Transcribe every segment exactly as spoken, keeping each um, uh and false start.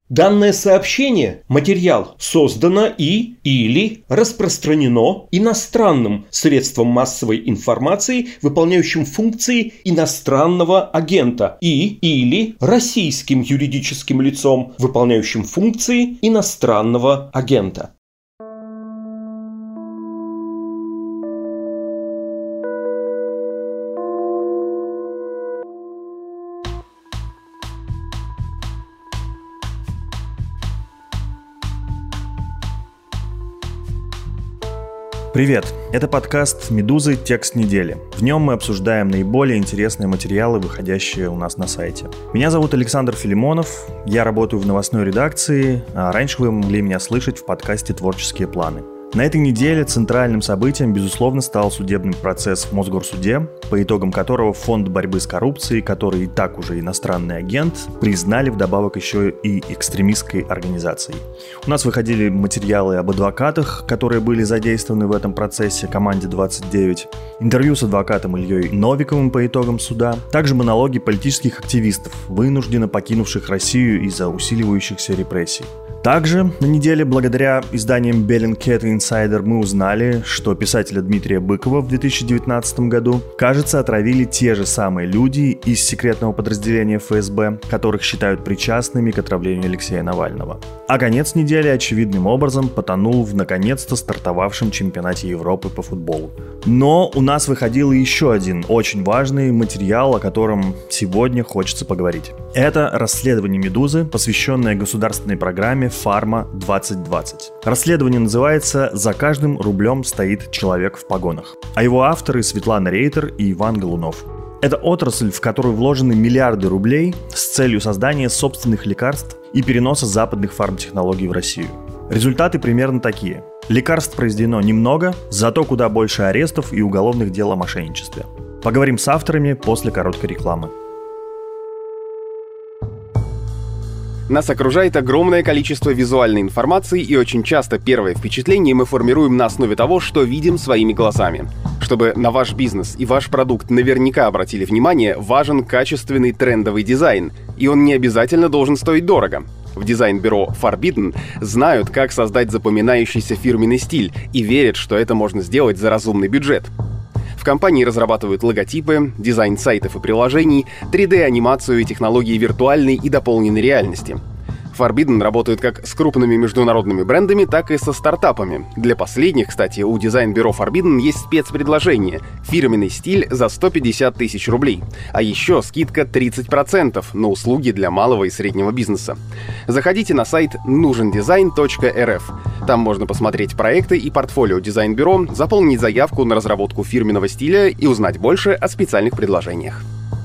Данное сообщение, материал, создано и или распространено иностранным средством массовой информации, выполняющим функции иностранного агента, и или российским юридическим лицом, выполняющим функции иностранного агента. Привет! Это подкаст «Медузы. Текст недели». В нем мы обсуждаем наиболее интересные материалы, выходящие у нас на сайте. Меня зовут Александр Филимонов, я работаю в новостной редакции, а раньше вы могли меня слышать в подкасте «Творческие планы». На этой неделе центральным событием, безусловно, стал судебный процесс в Мосгорсуде, по итогам которого Фонд борьбы с коррупцией, который и так уже иностранный агент, признали вдобавок еще и экстремистской организацией. У нас выходили материалы об адвокатах, которые были задействованы в этом процессе, команде двадцать девять, интервью с адвокатом Ильей Новиковым по итогам суда, также монологи политических активистов, вынужденно покинувших Россию из-за усиливающихся репрессий. Также на неделе, благодаря изданиям Bellingcat и Insider, мы узнали, что писателя Дмитрия Быкова в две тысячи девятнадцатом году, кажется, отравили те же самые люди из секретного подразделения эф эс бэ, которых считают причастными к отравлению Алексея Навального. А конец недели очевидным образом потонул в наконец-то стартовавшем чемпионате Европы по футболу. Но у нас выходил еще один очень важный материал, о котором сегодня хочется поговорить. Это расследование «Медузы», посвященное государственной программе «Фарма двадцать двадцать». Расследование называется «За каждым рублем стоит человек в погонах», а его авторы Светлана Рейтер и Иван Голунов. Это отрасль, в которую вложены миллиарды рублей с целью создания собственных лекарств и переноса западных фармтехнологий в Россию. Результаты примерно такие. Лекарств произведено немного, зато куда больше арестов и уголовных дел о мошенничестве. Поговорим с авторами после короткой рекламы. Нас окружает огромное количество визуальной информации, и очень часто первое впечатление мы формируем на основе того, что видим своими глазами. Чтобы на ваш бизнес и ваш продукт наверняка обратили внимание, важен качественный трендовый дизайн, и он не обязательно должен стоить дорого. В дизайн-бюро Forbidden знают, как создать запоминающийся фирменный стиль, и верят, что это можно сделать за разумный бюджет. В компании разрабатывают логотипы, дизайн сайтов и приложений, три дэ-анимацию и технологии виртуальной и дополненной реальности. Forbidden работают как с крупными международными брендами, так и со стартапами. Для последних, кстати, у дизайн-бюро Forbidden есть спецпредложение – фирменный стиль за сто пятьдесят тысяч рублей. А еще скидка тридцать процентов на услуги для малого и среднего бизнеса. Заходите на сайт нужен дизайн точка эр эф. Там можно посмотреть проекты и портфолио дизайн-бюро, заполнить заявку на разработку фирменного стиля и узнать больше о специальных предложениях.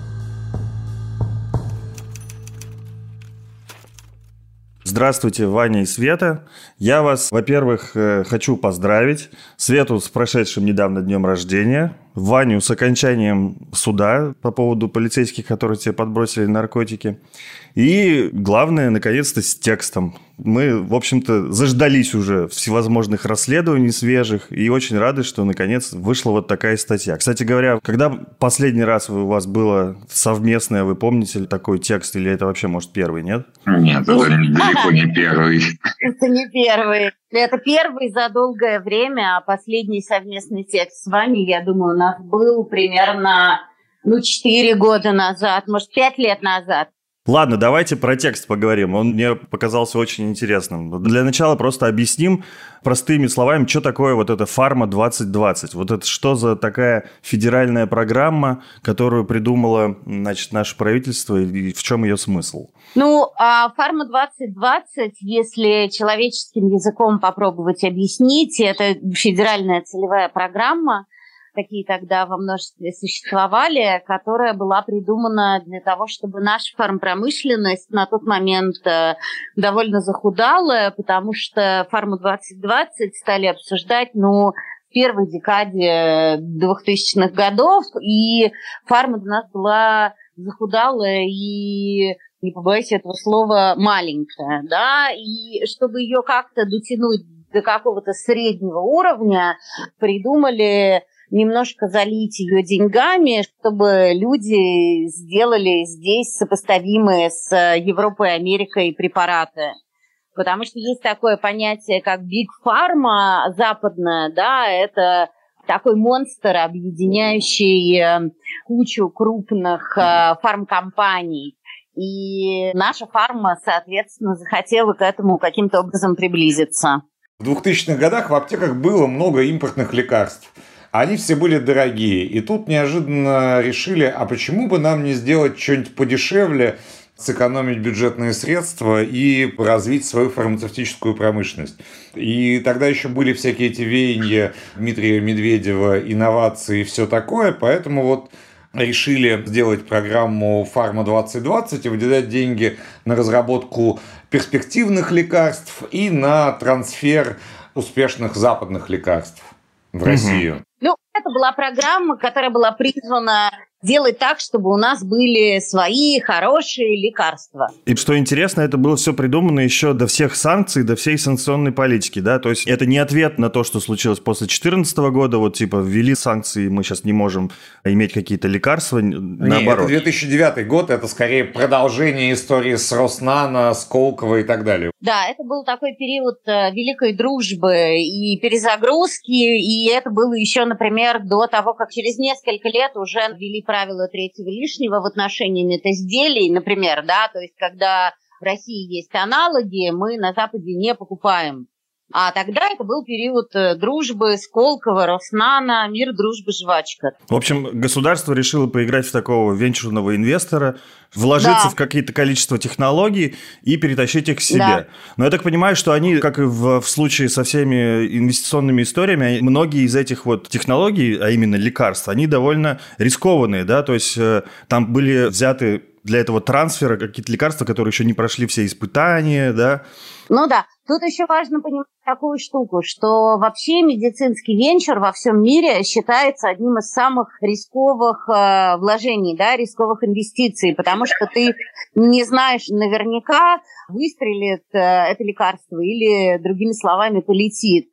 Здравствуйте, Ваня и Света. Я вас, во-первых, хочу поздравить. Свету с прошедшим недавно днем рождения. Ваню с окончанием суда по поводу полицейских, которые тебе подбросили наркотики. И, главное, наконец-то с текстом. Мы, в общем-то, заждались уже всевозможных расследований свежих и очень рады, что, наконец, вышла вот такая статья. Кстати говоря, когда последний раз у вас было совместное, вы помните такой текст, или это вообще, может, первый, нет? Нет, это далеко не первый. Это не первый. Это первый за долгое время, а последний совместный текст с вами, я думаю, у нас был примерно, ну, четыре года назад, может, пять лет назад. Ладно, давайте про текст поговорим. Он мне показался очень интересным. Для начала просто объясним простыми словами, что такое вот эта «Фарма двадцать двадцать». Вот это что за такая федеральная программа, которую придумало, значит, наше правительство, и в чем ее смысл? Ну, а «Фарма двадцать двадцать», если человеческим языком попробовать объяснить, это федеральная целевая программа, такие тогда во множестве существовали, которая была придумана для того, чтобы наша фармпромышленность на тот момент довольно захудала, потому что «Фарму двадцать двадцать» стали обсуждать, ну, в первой декаде двухтысячных годов, и фарма у нас была захудалая и, не побоюсь этого слова, маленькая, да, и чтобы ее как-то дотянуть до какого-то среднего уровня, придумали немножко залить ее деньгами, чтобы люди сделали здесь сопоставимые с Европой и Америкой препараты. Потому что есть такое понятие, как Big Pharma западная, да, это такой монстр, объединяющий кучу крупных фармкомпаний. И наша фарма, соответственно, захотела к этому каким-то образом приблизиться. В двухтысячных годах в аптеках было много импортных лекарств. Они все были дорогие. И тут неожиданно решили, а почему бы нам не сделать что-нибудь подешевле, сэкономить бюджетные средства и развить свою фармацевтическую промышленность. И тогда еще были всякие эти веяния Дмитрия Медведева, инновации и все такое. Поэтому вот решили сделать программу «Фарма двадцать двадцать» и выделять деньги на разработку перспективных лекарств и на трансфер успешных западных лекарств в Россию. Ну, это была программа, которая была призвана делать так, чтобы у нас были свои хорошие лекарства. И что интересно, это было все придумано еще до всех санкций, до всей санкционной политики, да, то есть это не ответ на то, что случилось после две тысячи четырнадцатого года, вот типа ввели санкции, мы сейчас не можем иметь какие-то лекарства, наоборот. Нет, это две тысячи девятый год, это скорее продолжение истории с Роснано, Сколково и так далее. Да, это был такой период великой дружбы и перезагрузки, и это было еще, например, до того, как через несколько лет уже ввели правила третьего лишнего в отношении медизделий, например, да, то есть когда в России есть аналоги, мы на Западе не покупаем. А тогда это был период дружбы Сколково, Роснано, мир, дружба, жвачка. В общем, государство решило поиграть в такого венчурного инвестора, вложиться да. в какие-то количество технологий и перетащить их к себе. Да. Но я так понимаю, что они, как и в, в случае со всеми инвестиционными историями, многие из этих вот технологий, а именно лекарств, они довольно рискованные, да, то есть э, там были взяты для этого трансфера какие-то лекарства, которые еще не прошли все испытания, да. Ну да, тут еще важно понимать такую штуку, что вообще медицинский венчур во всем мире считается одним из самых рисковых э, вложений, да, рисковых инвестиций, потому что ты не знаешь наверняка, выстрелит э, это лекарство или, другими словами, полетит.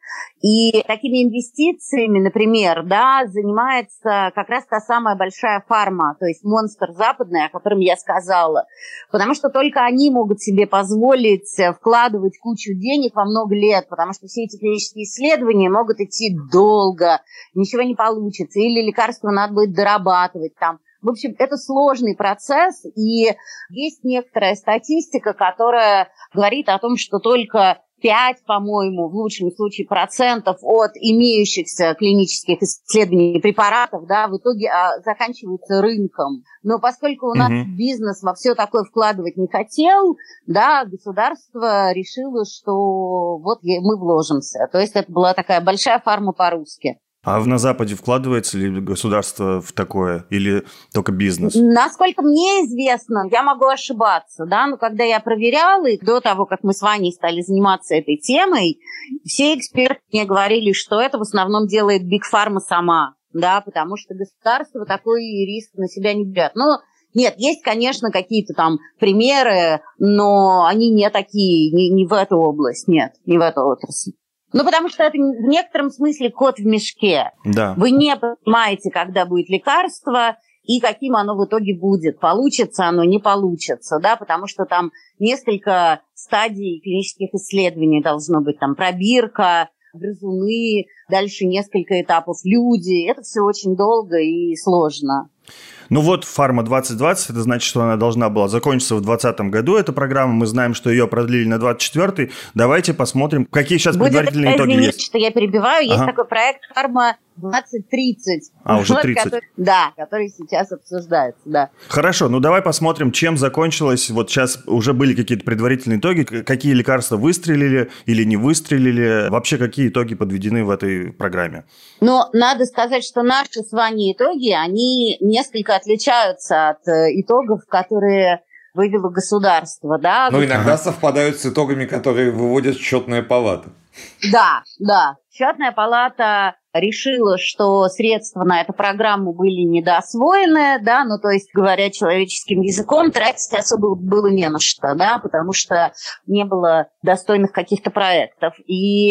И такими инвестициями, например, да, занимается как раз та самая большая фарма, то есть монстр западный, о котором я сказала, потому что только они могут себе позволить вкладывать кучу денег во много лет, потому что все эти клинические исследования могут идти долго, ничего не получится, или лекарства надо будет дорабатывать там. В общем, это сложный процесс, и есть некоторая статистика, которая говорит о том, что только пять, по-моему, в лучшем случае процентов от имеющихся клинических исследований препаратов, да, в итоге а, заканчиваются рынком. Но поскольку у нас mm-hmm. бизнес во все такое вкладывать не хотел, да, государство решило, что вот мы вложимся. То есть это была такая большая фарма по-русски. А на Западе вкладывается ли государство в такое или только бизнес? Насколько мне известно, я могу ошибаться, да, но когда я проверяла, и до того, как мы с Ваней стали заниматься этой темой, все эксперты мне говорили, что это в основном делает Big Pharma сама, да, потому что государство такой риск на себя не берет. Но нет, есть, конечно, какие-то там примеры, но они не такие, не, не в эту область, нет, не в эту отрасль. Ну, потому что это в некотором смысле кот в мешке. Да. Вы не понимаете, когда будет лекарство и каким оно в итоге будет. Получится оно, не получится, да, потому что там несколько стадий клинических исследований должно быть. Там пробирка, грызуны, дальше несколько этапов люди. Это все очень долго и сложно. Ну вот, «Фарма двадцать двадцать», это значит, что она должна была закончиться в двадцатом году, эта программа. Мы знаем, что ее продлили на двадцать четвёртый. Давайте посмотрим, какие сейчас Будет предварительные итоги извините, есть. Что я перебиваю. Есть ага. такой проект «Фарма двадцать тридцать». А, уже тридцать. Который, да, который сейчас обсуждается, да. Хорошо, ну давай посмотрим, чем закончилось. Вот сейчас уже были какие-то предварительные итоги. Какие лекарства выстрелили или не выстрелили? Вообще, какие итоги подведены в этой программе? Но надо сказать, что наши с Ваней итоги, они несколько отличаются от итогов, которые вывело государство, да. Но иногда совпадают с итогами, которые выводят счетная палата. Да, да. Счетная палата решила, что средства на эту программу были недоосвоены, да, ну, то есть, говоря человеческим языком, тратить особо было не на что, да, потому что не было достойных каких-то проектов. И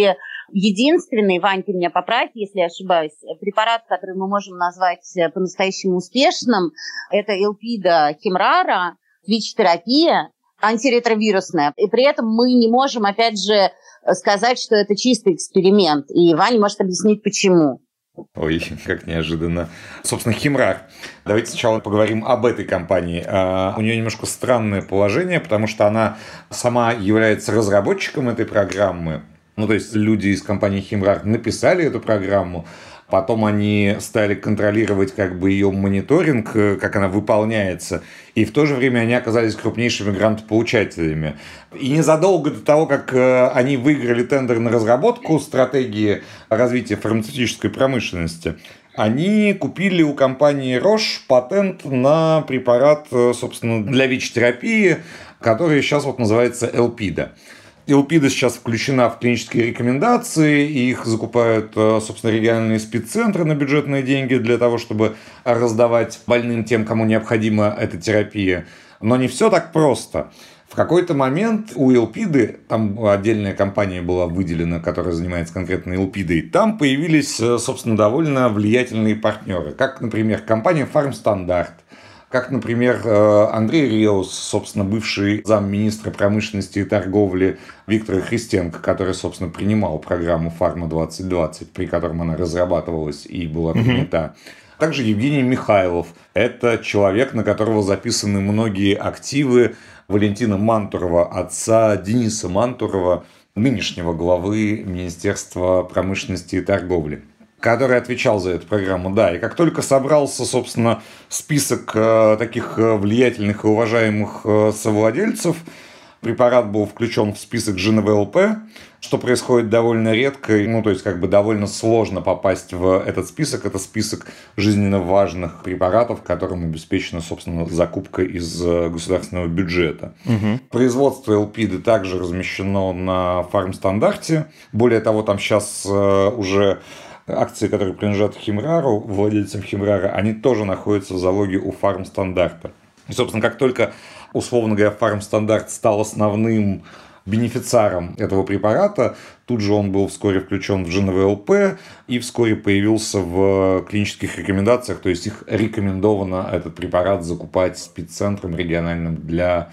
Единственный, Вань, ты меня поправь, если я ошибаюсь, препарат, который мы можем назвать по-настоящему успешным, это Элпида Химрара, ВИЧ-терапия, антиретровирусная. И при этом мы не можем, опять же, сказать, что это чистый эксперимент. И Ваня может объяснить, почему. Ой, как неожиданно. Собственно, Химрар. Давайте сначала поговорим об этой компании. У нее немножко странное положение, потому что она сама является разработчиком этой программы. Ну, то есть люди из компании Химрар написали эту программу, потом они стали контролировать как бы ее мониторинг, как она выполняется, и в то же время они оказались крупнейшими грантополучателями. И незадолго до того, как они выиграли тендер на разработку стратегии развития фармацевтической промышленности, они купили у компании Roche патент на препарат, собственно, для ВИЧ-терапии, который сейчас вот называется Элпида. Элпида сейчас включена в клинические рекомендации, и их закупают, собственно, региональные спеццентры на бюджетные деньги для того, чтобы раздавать больным тем, кому необходима эта терапия. Но не все так просто. В какой-то момент у Элпиды, там отдельная компания была выделена, которая занимается конкретно Элпидой, там появились, собственно, довольно влиятельные партнеры, как, например, компания Фармстандарт, как, например, Андрей Реус, собственно, бывший замминистра промышленности и торговли Виктора Христенко, который, собственно, принимал программу «Фарма двадцать двадцать», при котором она разрабатывалась и была принята. Mm-hmm. Также Евгений Михайлов. Это человек, на которого записаны многие активы Валентина Мантурова, отца Дениса Мантурова, нынешнего главы Министерства промышленности и торговли, который отвечал за эту программу, да. И как только собрался, собственно, список э, таких влиятельных и уважаемых э, совладельцев, препарат был включен в список жэ эн вэ эл пэ, что происходит довольно редко, ну, то есть, как бы довольно сложно попасть в этот список. Это список жизненно важных препаратов, которым обеспечена, собственно, закупка из государственного бюджета. Угу. Производство Элпиды также размещено на Фармстандарте. Более того, там сейчас э, уже акции, которые принадлежат Химрару, владельцам Химрара, они тоже находятся в залоге у Фармстандарта. И, собственно, как только, условно говоря, Фармстандарт стал основным бенефициаром этого препарата, тут же он был вскоре включен в жэ эн вэ эл пэ и вскоре появился в клинических рекомендациях, то есть их рекомендовано этот препарат закупать спеццентром региональным для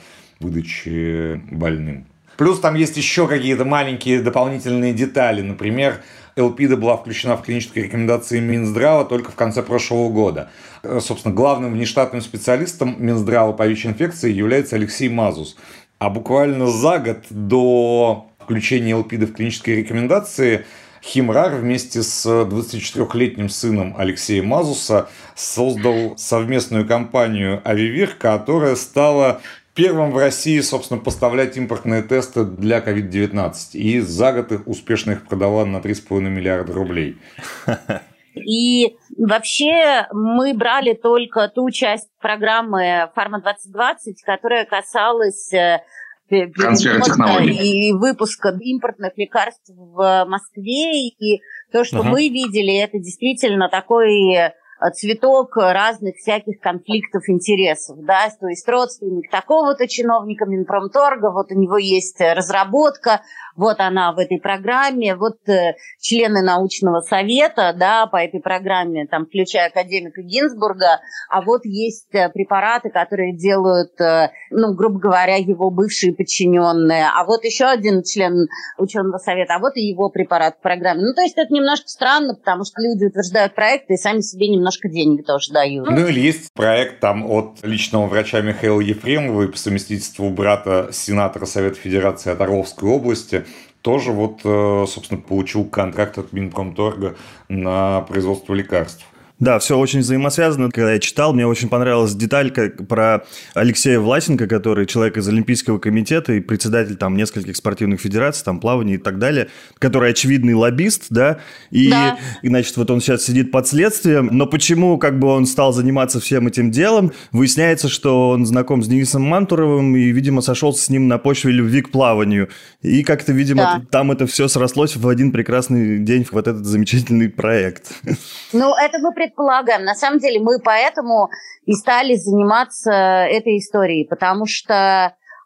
выдачи больным. Плюс там есть еще какие-то маленькие дополнительные детали. Например, Элпида была включена в клинические рекомендации Минздрава только в конце прошлого года. Собственно, главным внештатным специалистом Минздрава по ВИЧ-инфекции является Алексей Мазус. А буквально за год до включения Элпиды в клинические рекомендации Химрар вместе с двадцатичетырёхлетним сыном Алексея Мазуса создал совместную компанию «Авивир», которая стала первым в России, собственно, поставлять импортные тесты для ковид девятнадцать. И за год их успешно их продала на три с половиной миллиарда рублей. И вообще мы брали только ту часть программы «Фарма двадцать двадцать», которая касалась и выпуска импортных лекарств в Москве. И то, что uh-huh. мы видели, это действительно такой цветок разных всяких конфликтов интересов, да, то есть родственник такого-то чиновника Минпромторга, вот у него есть разработка, вот она в этой программе, вот члены научного совета, да, по этой программе, там, включая академика Гинзбурга, а вот есть препараты, которые делают, ну, грубо говоря, его бывшие подчиненные, а вот еще один член ученого совета, а вот и его препарат в программе. Ну, то есть это немножко странно, потому что люди утверждают проекты и сами себе немножко денег тоже дают. Ну, или есть проект там от личного врача Михаила Ефремова и по совместительству брата сенатора Совета Федерации от Орловской области, тоже вот, собственно, получил контракт от Минпромторга на производство лекарств. Да, все очень взаимосвязано. Когда я читал, мне очень понравилась деталька про Алексея Власенко, который человек из Олимпийского комитета и председатель там нескольких спортивных федераций, там плавания и так далее, который очевидный лоббист, да, и, да. и значит, вот он сейчас сидит под следствием, но почему как бы он стал заниматься всем этим делом? Выясняется, что он знаком с Денисом Мантуровым и, видимо, сошелся с ним на почве любви к плаванию. И как-то, видимо, да. там это все срослось в один прекрасный день в вот этот замечательный проект. Ну, это мы предполагаем. На самом деле мы поэтому и стали заниматься этой историей, потому что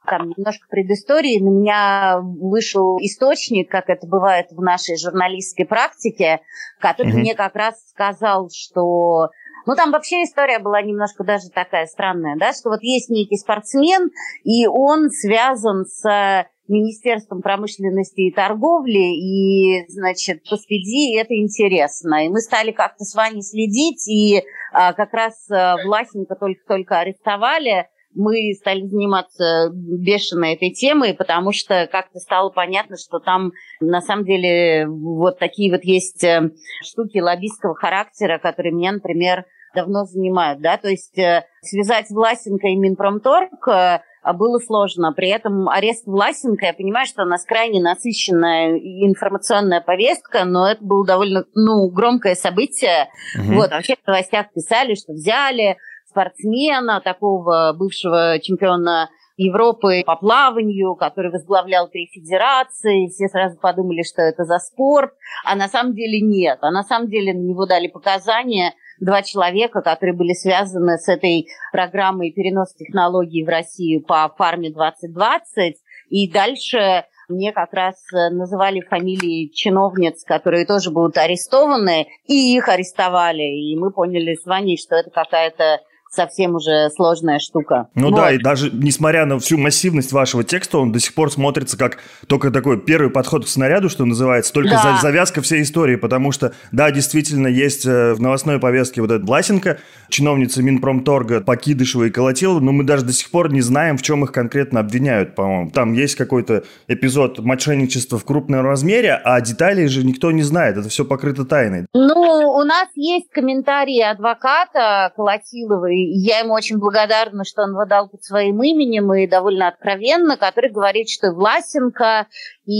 Там немножко предыстории. На меня вышел источник, как это бывает в нашей журналистской практике, который mm-hmm. мне как раз сказал, что... Ну, там вообще история была немножко даже такая странная, да, что вот есть некий спортсмен, и он связан с Министерством промышленности и торговли, и, значит, посреди это интересно. И мы стали как-то с Ваней следить, и а, как раз а, Власенко только-только арестовали. Мы стали заниматься бешено этой темой, потому что как-то стало понятно, что там на самом деле вот такие вот есть штуки лоббистского характера, которые меня, например, давно занимают, да, то есть связать Власенко и Минпромторг было сложно. При этом арест Власенко, я понимаю, что у нас крайне насыщенная информационная повестка, но это было довольно, ну, громкое событие. Угу. Вот, вообще в новостях писали, что взяли спортсмена, такого бывшего чемпиона Европы по плаванию, который возглавлял три федерации. Все сразу подумали, что это за спорт, а на самом деле нет. А на самом деле на него дали показания два человека, которые были связаны с этой программой переноса технологий в Россию по фарме двадцать двадцать. И дальше мне как раз называли фамилии чиновниц, которые тоже будут арестованы, и их арестовали. И мы поняли с Ваней, что это какая-то совсем уже сложная штука. Ну вот. Да, и даже несмотря на всю массивность вашего текста, он до сих пор смотрится как только такой первый подход к снаряду, что называется, только да. завязка всей истории, потому что, да, действительно, есть в новостной повестке вот эта Власенко, чиновница Минпромторга Покидышева и Колотилова, но мы даже до сих пор не знаем, в чем их конкретно обвиняют, по-моему. Там есть какой-то эпизод мошенничества в крупном размере, а деталей же никто не знает, это все покрыто тайной. Ну, у нас есть комментарии адвоката Колотиловой. Я ему очень благодарна, что он выдал под своим именем и довольно откровенно, который говорит, что Власенко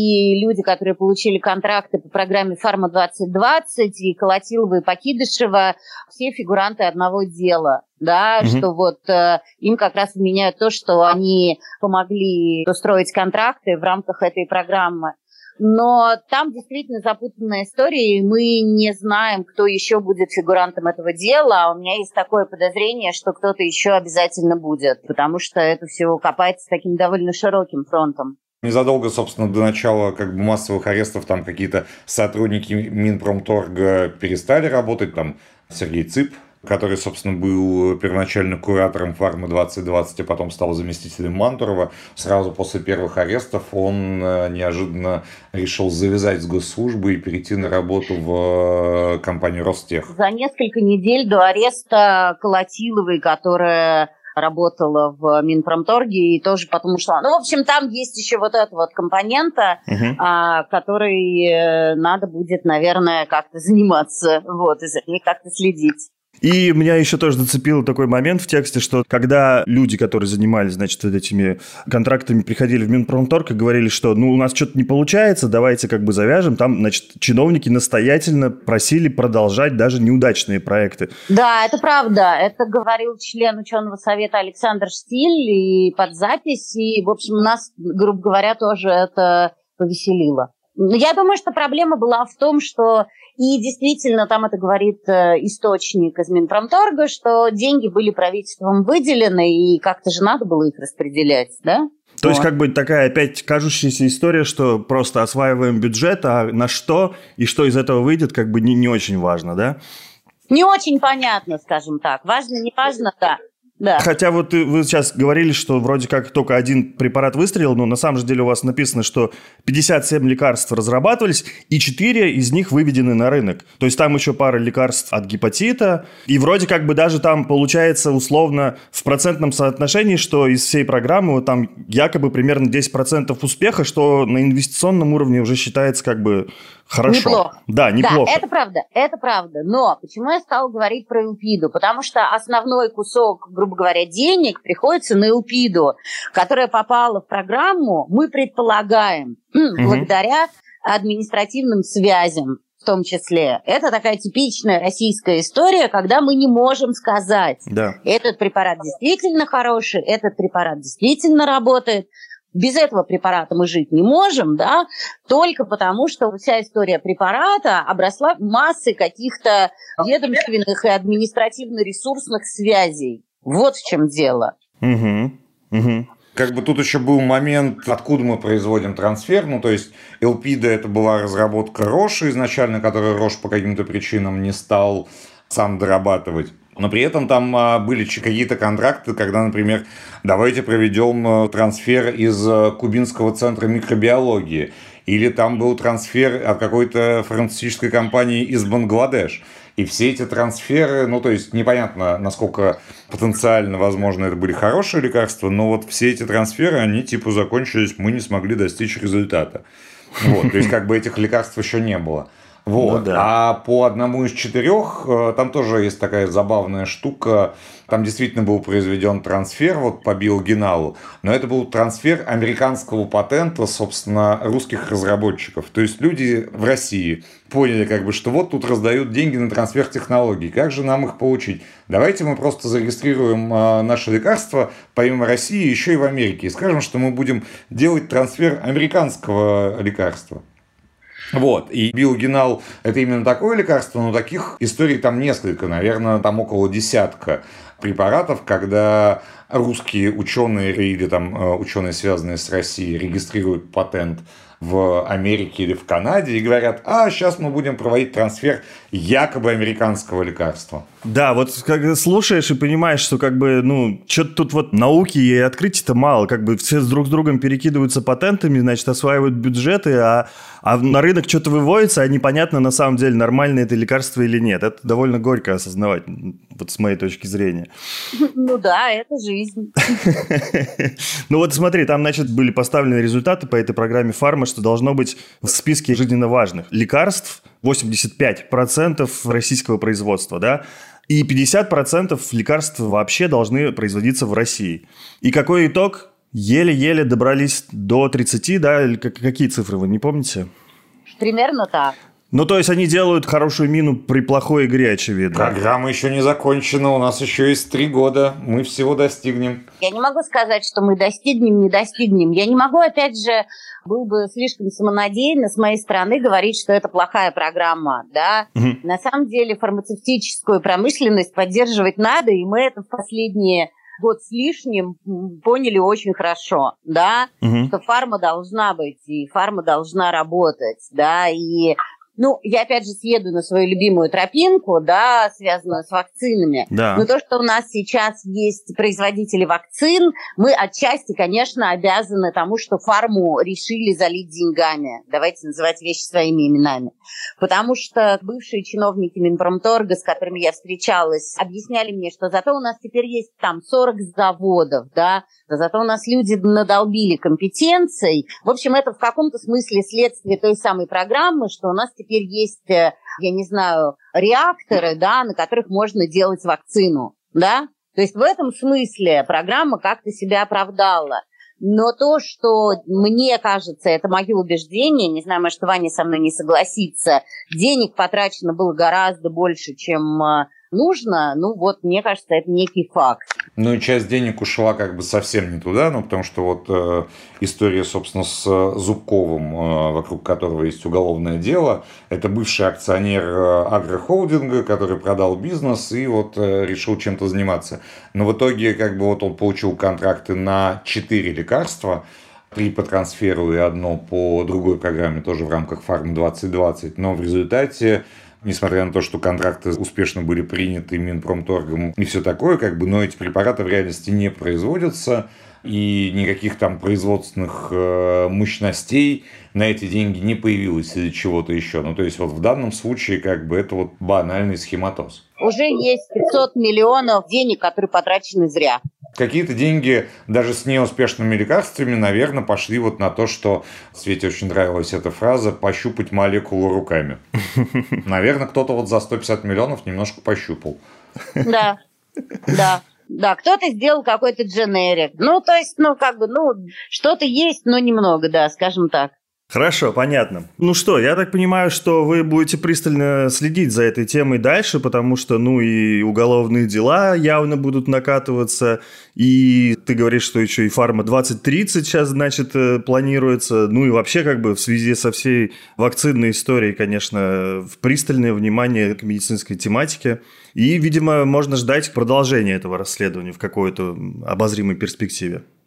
и люди, которые получили контракты по программе «Фарма двадцать двадцать», и Колотилова, и Покидышева, все фигуранты одного дела. Да, mm-hmm. что вот э, им как раз вменяют то, что они помогли устроить контракты в рамках этой программы. Но там действительно запутанная история, и мы не знаем, кто еще будет фигурантом этого дела. А у меня есть такое подозрение, что кто-то еще обязательно будет, потому что это все копается таким довольно широким фронтом. Незадолго, собственно, до начала как бы массовых арестов там какие-то сотрудники Минпромторга перестали работать, там Сергей Цып, который, собственно, был первоначально куратором «Фармы двадцать двадцать», а потом стал заместителем Мантурова. Сразу после первых арестов он неожиданно решил завязать с госслужбой и перейти на работу в компанию «Ростех». За несколько недель до ареста Колотиловой, которая работала в Минпромторге и тоже потом ушла. Ну, в общем, там есть еще вот эта вот компонента, uh-huh. а, которой надо будет, наверное, как-то заниматься, вот, и за ней как-то следить. И меня еще тоже зацепил такой момент в тексте, что когда люди, которые занимались, значит, этими контрактами, приходили в Минпромторг и говорили, что ну у нас что-то не получается, давайте как бы завяжем, там, значит, чиновники настоятельно просили продолжать даже неудачные проекты. Да, это правда. Это говорил член ученого совета Александр Штиль и под запись, и, в общем, нас, грубо говоря, тоже это повеселило. Я думаю, что проблема была в том, что и действительно, там это говорит источник из Минпромторга, что деньги были правительством выделены, и как-то же надо было их распределять, да? То вот. Есть как бы такая опять кажущаяся история, что просто осваиваем бюджет, а на что и что из этого выйдет, как бы не, не очень важно, да? Не очень понятно, скажем так. Важно, не важно, да. Да. Хотя вот вы сейчас говорили, что вроде как только один препарат выстрелил, но на самом же деле у вас написано, что пятьдесят семь лекарств разрабатывались, и четыре из них выведены на рынок. То есть там еще пара лекарств от гепатита, и вроде как бы даже там получается условно в процентном соотношении, что из всей программы вот там якобы примерно десять процентов успеха, что на инвестиционном уровне уже считается как бы хорошо. Неплохо. Да, неплохо. Да, это правда, это правда. Но почему я стала говорить про Элпиду? Потому что основной кусок, грубо говоря, денег приходится на Элпиду, которая попала в программу, мы предполагаем, угу. благодаря административным связям в том числе. Это такая типичная российская история, когда мы не можем сказать, да. этот препарат действительно хороший, этот препарат действительно работает. Без этого препарата мы жить не можем, да, только потому, что вся история препарата обросла массой каких-то ведомственных и административно-ресурсных связей. Вот в чем дело. Угу, угу. Как бы тут еще был момент, откуда мы производим трансфер. Ну, то есть, Элпида это была разработка Роша изначально, которую Рош по каким-то причинам не стал сам дорабатывать. Но при этом там были какие-то контракты, когда, например, давайте проведем трансфер из Кубинского центра микробиологии. Или там был трансфер от какой-то фармацевтической компании из Бангладеш. И все эти трансферы, ну, то есть, непонятно, насколько потенциально, возможно, это были хорошие лекарства, но вот все эти трансферы, они, типа, закончились, мы не смогли достичь результата. Вот, то есть, как бы этих лекарств еще не было. Вот. Ну, да. А по одному из четырех, там тоже есть такая забавная штука, там действительно был произведен трансфер вот по биогеналу, но это был трансфер американского патента, собственно, русских разработчиков. То есть люди в России поняли, как бы, что вот тут раздают деньги на трансфер технологий, как же нам их получить? Давайте мы просто зарегистрируем наше лекарство помимо России еще и в Америке и скажем, что мы будем делать трансфер американского лекарства. Вот, и биогенал – это именно такое лекарство, но таких историй там несколько, наверное, там около десятка препаратов, когда русские ученые или там ученые, связанные с Россией, регистрируют патент в Америке или в Канаде и говорят, а сейчас мы будем проводить трансфер якобы американского лекарства. Да, вот как слушаешь и понимаешь, что как бы, ну, что-то тут вот науки и открытий-то мало, как бы все друг с другом перекидываются патентами, значит, осваивают бюджеты, а, а на рынок что-то выводится, а непонятно на самом деле, нормально это лекарство или нет. Это довольно горько осознавать, вот с моей точки зрения. Ну да, это жизнь. Ну вот смотри, там, значит, были поставлены результаты по этой программе «Фарма», что должно быть в списке жизненно важных лекарств восемьдесят пять процентов российского производства, да, и пятьдесят процентов лекарств вообще должны производиться в России. И какой итог? Еле-еле добрались до тридцати, да, или какие цифры, вы не помните? Примерно так. Ну, то есть они делают хорошую мину при плохой игре, очевидно. Программа еще не закончена, у нас еще есть три года, мы всего достигнем. Я не могу сказать, что мы достигнем, не достигнем. Я не могу, опять же, был бы слишком самонадеянно с моей стороны говорить, что это плохая программа, да. Угу. На самом деле фармацевтическую промышленность поддерживать надо, и мы это в последние год с лишним поняли очень хорошо, да, угу. что фарма должна быть, и фарма должна работать, да, и... Ну, я опять же съеду на свою любимую тропинку, да, связанную с вакцинами. Да. Но то, что у нас сейчас есть производители вакцин, мы отчасти, конечно, обязаны тому, что фарму решили залить деньгами. Давайте называть вещи своими именами. Потому что бывшие чиновники Минпромторга, с которыми я встречалась, объясняли мне, что зато у нас теперь есть там сорок заводов, да, зато у нас люди надолбили компетенций. В общем, это в каком-то смысле следствие той самой программы, что у нас теперь Теперь есть, я не знаю, реакторы, да, на которых можно делать вакцину, да. То есть в этом смысле программа как-то себя оправдала. Но то, что мне кажется, это мое убеждение, не знаю, может, Ваня со мной не согласится, денег потрачено было гораздо больше, чем нужно, ну вот, мне кажется, это некий факт. Ну и часть денег ушла как бы совсем не туда, ну потому что вот э, история, собственно, с Зубковым, э, вокруг которого есть уголовное дело, это бывший акционер э, агрохолдинга, который продал бизнес и вот э, решил чем-то заниматься. Но в итоге как бы вот он получил контракты на четыре лекарства, три по трансферу и одно по другой программе, тоже в рамках Фарма двадцать двадцать, но в результате, несмотря на то, что контракты успешно были приняты Минпромторгом и все такое, как бы, но эти препараты в реальности не производятся, и никаких там производственных э, мощностей на эти деньги не появилось или чего-то еще. Ну, то есть, вот в данном случае, как бы, это вот банальный схематоз. Уже есть пятьсот миллионов денег, которые потрачены зря. Какие-то деньги даже с неуспешными лекарствами, наверное, пошли вот на то, что Свете очень нравилась эта фраза «пощупать молекулу руками». Наверное, кто-то вот за сто пятьдесят миллионов немножко пощупал. Да, да. Да, кто-то сделал какой-то дженерик. Ну, то есть, ну, как бы, ну, что-то есть, но немного, да, скажем так. Хорошо, понятно. Ну что, я так понимаю, что вы будете пристально следить за этой темой дальше, потому что, ну, и уголовные дела явно будут накатываться, и ты говоришь, что еще и Фарма двадцать тридцать сейчас, значит, планируется, ну и вообще, как бы, в связи со всей вакцинной историей, конечно, пристальное внимание к медицинской тематике, и, видимо, можно ждать продолжения этого расследования в какой-то обозримой перспективе.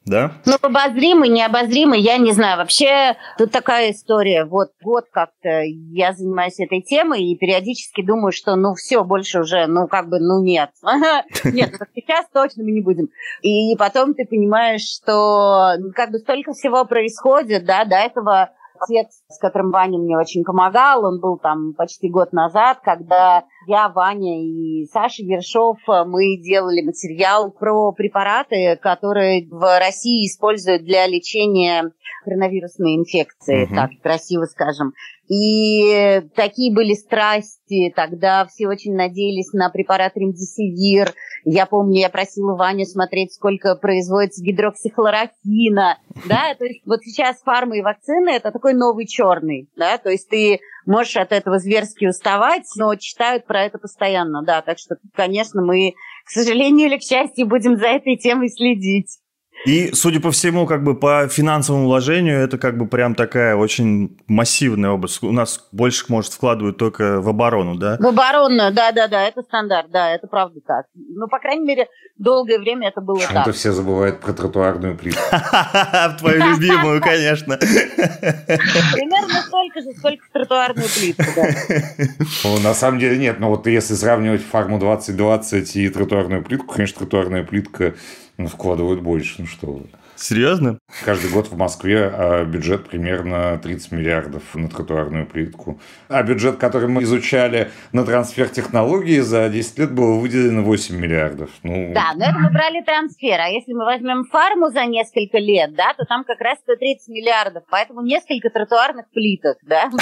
да? Ну, обозримый, необозримый, я не знаю. Вообще, тут такая история. Вот год как-то я занимаюсь этой темой и периодически думаю, что ну все, больше уже, ну как бы, ну нет. Нет, сейчас точно мы не будем. И потом ты понимаешь, что как бы столько всего происходит, да, до этого... Отец, с которым Ваня мне очень помогал, он был там почти год назад, когда я, Ваня и Саша Ершов, мы делали материал про препараты, которые в России используют для лечения коронавирусной инфекции, угу. так красиво скажем. И такие были страсти, тогда все очень надеялись на препарат ремдисивир. Я помню, я просила Ваню смотреть, сколько производится гидроксихлороquina, да, то есть вот сейчас фарма и вакцины – это такой новый черный, да, то есть ты можешь от этого зверски уставать, но читают про это постоянно, да, так что, конечно, мы, к сожалению или к счастью, будем за этой темой следить. И, судя по всему, как бы по финансовому вложению, это как бы прям такая очень массивная область. У нас больше, может, вкладывают только в оборону, да? В оборону, да-да-да, это стандарт, да, это правда так. Ну, по крайней мере, долгое время это было Почему-то так. Почему-то все забывают про тротуарную плитку. Твою любимую, конечно. Примерно столько же, сколько в тротуарную плитку, да. На самом деле нет, но вот если сравнивать фарму двадцать двадцать и тротуарную плитку, конечно, тротуарная плитка вкладывают больше, ну что вы. Серьезно? Каждый год в Москве бюджет примерно тридцать миллиардов на тротуарную плитку. А бюджет, который мы изучали на трансфер технологий, за десять лет было выделено восемь миллиардов. Ну... Да, но это мы брали трансфер. А если мы возьмем фарму за несколько лет, да, то там как раз сто тридцать миллиардов. Поэтому несколько тротуарных плиток, да.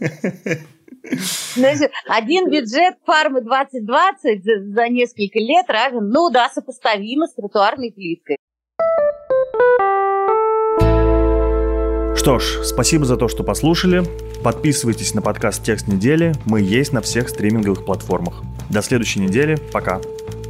Значит, один бюджет фармы двадцать двадцать за, за несколько лет равен, ну да, сопоставимо с тротуарной плиткой. Что ж, спасибо за то, что послушали. Подписывайтесь на подкаст «Текст недели». Мы есть на всех стриминговых платформах. До следующей недели. Пока.